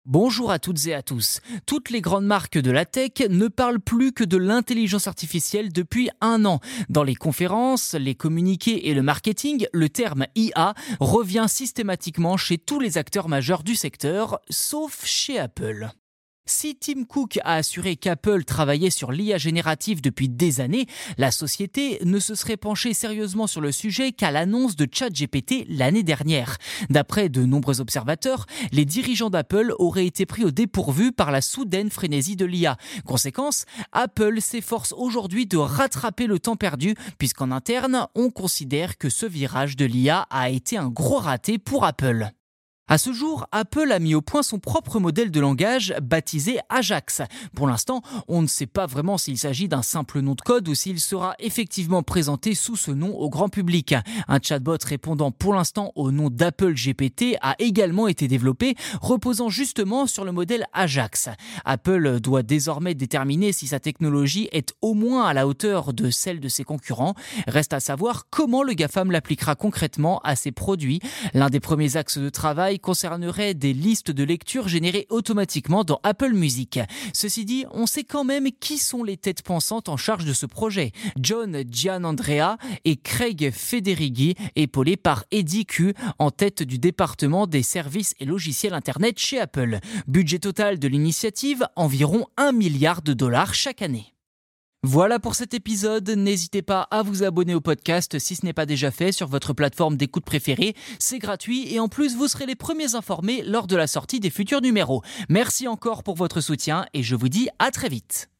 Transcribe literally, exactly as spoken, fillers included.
Bonjour à toutes et à tous. Toutes les grandes marques de la tech ne parlent plus que de l'intelligence artificielle depuis un an. Dans les conférences, les communiqués et le marketing, le terme I A revient systématiquement chez tous les acteurs majeurs du secteur, sauf chez Apple. Si Tim Cook a assuré qu'Apple travaillait sur l'I A générative depuis des années, la société ne se serait penchée sérieusement sur le sujet qu'à l'annonce de ChatGPT l'année dernière. D'après de nombreux observateurs, les dirigeants d'Apple auraient été pris au dépourvu par la soudaine frénésie de l'I A. Conséquence, Apple s'efforce aujourd'hui de rattraper le temps perdu, puisqu'en interne, on considère que ce virage de l'I A a été un gros raté pour Apple. À ce jour, Apple a mis au point son propre modèle de langage baptisé Ajax. Pour l'instant, on ne sait pas vraiment s'il s'agit d'un simple nom de code ou s'il sera effectivement présenté sous ce nom au grand public. Un chatbot répondant pour l'instant au nom d'Apple G P T a également été développé, reposant justement sur le modèle Ajax. Apple doit désormais déterminer si sa technologie est au moins à la hauteur de celle de ses concurrents. Reste à savoir comment le GAFAM l'appliquera concrètement à ses produits. L'un des premiers axes de travail concernerait des listes de lecture générées automatiquement dans Apple Music. Ceci dit, on sait quand même qui sont les têtes pensantes en charge de ce projet. John Gianandrea et Craig Federighi, épaulés par Eddie Q, en tête du département des services et logiciels Internet chez Apple. Budget total de l'initiative, environ un milliard de dollars chaque année. Voilà pour cet épisode, n'hésitez pas à vous abonner au podcast si ce n'est pas déjà fait sur votre plateforme d'écoute préférée, c'est gratuit et en plus vous serez les premiers informés lors de la sortie des futurs numéros. Merci encore pour votre soutien et je vous dis à très vite.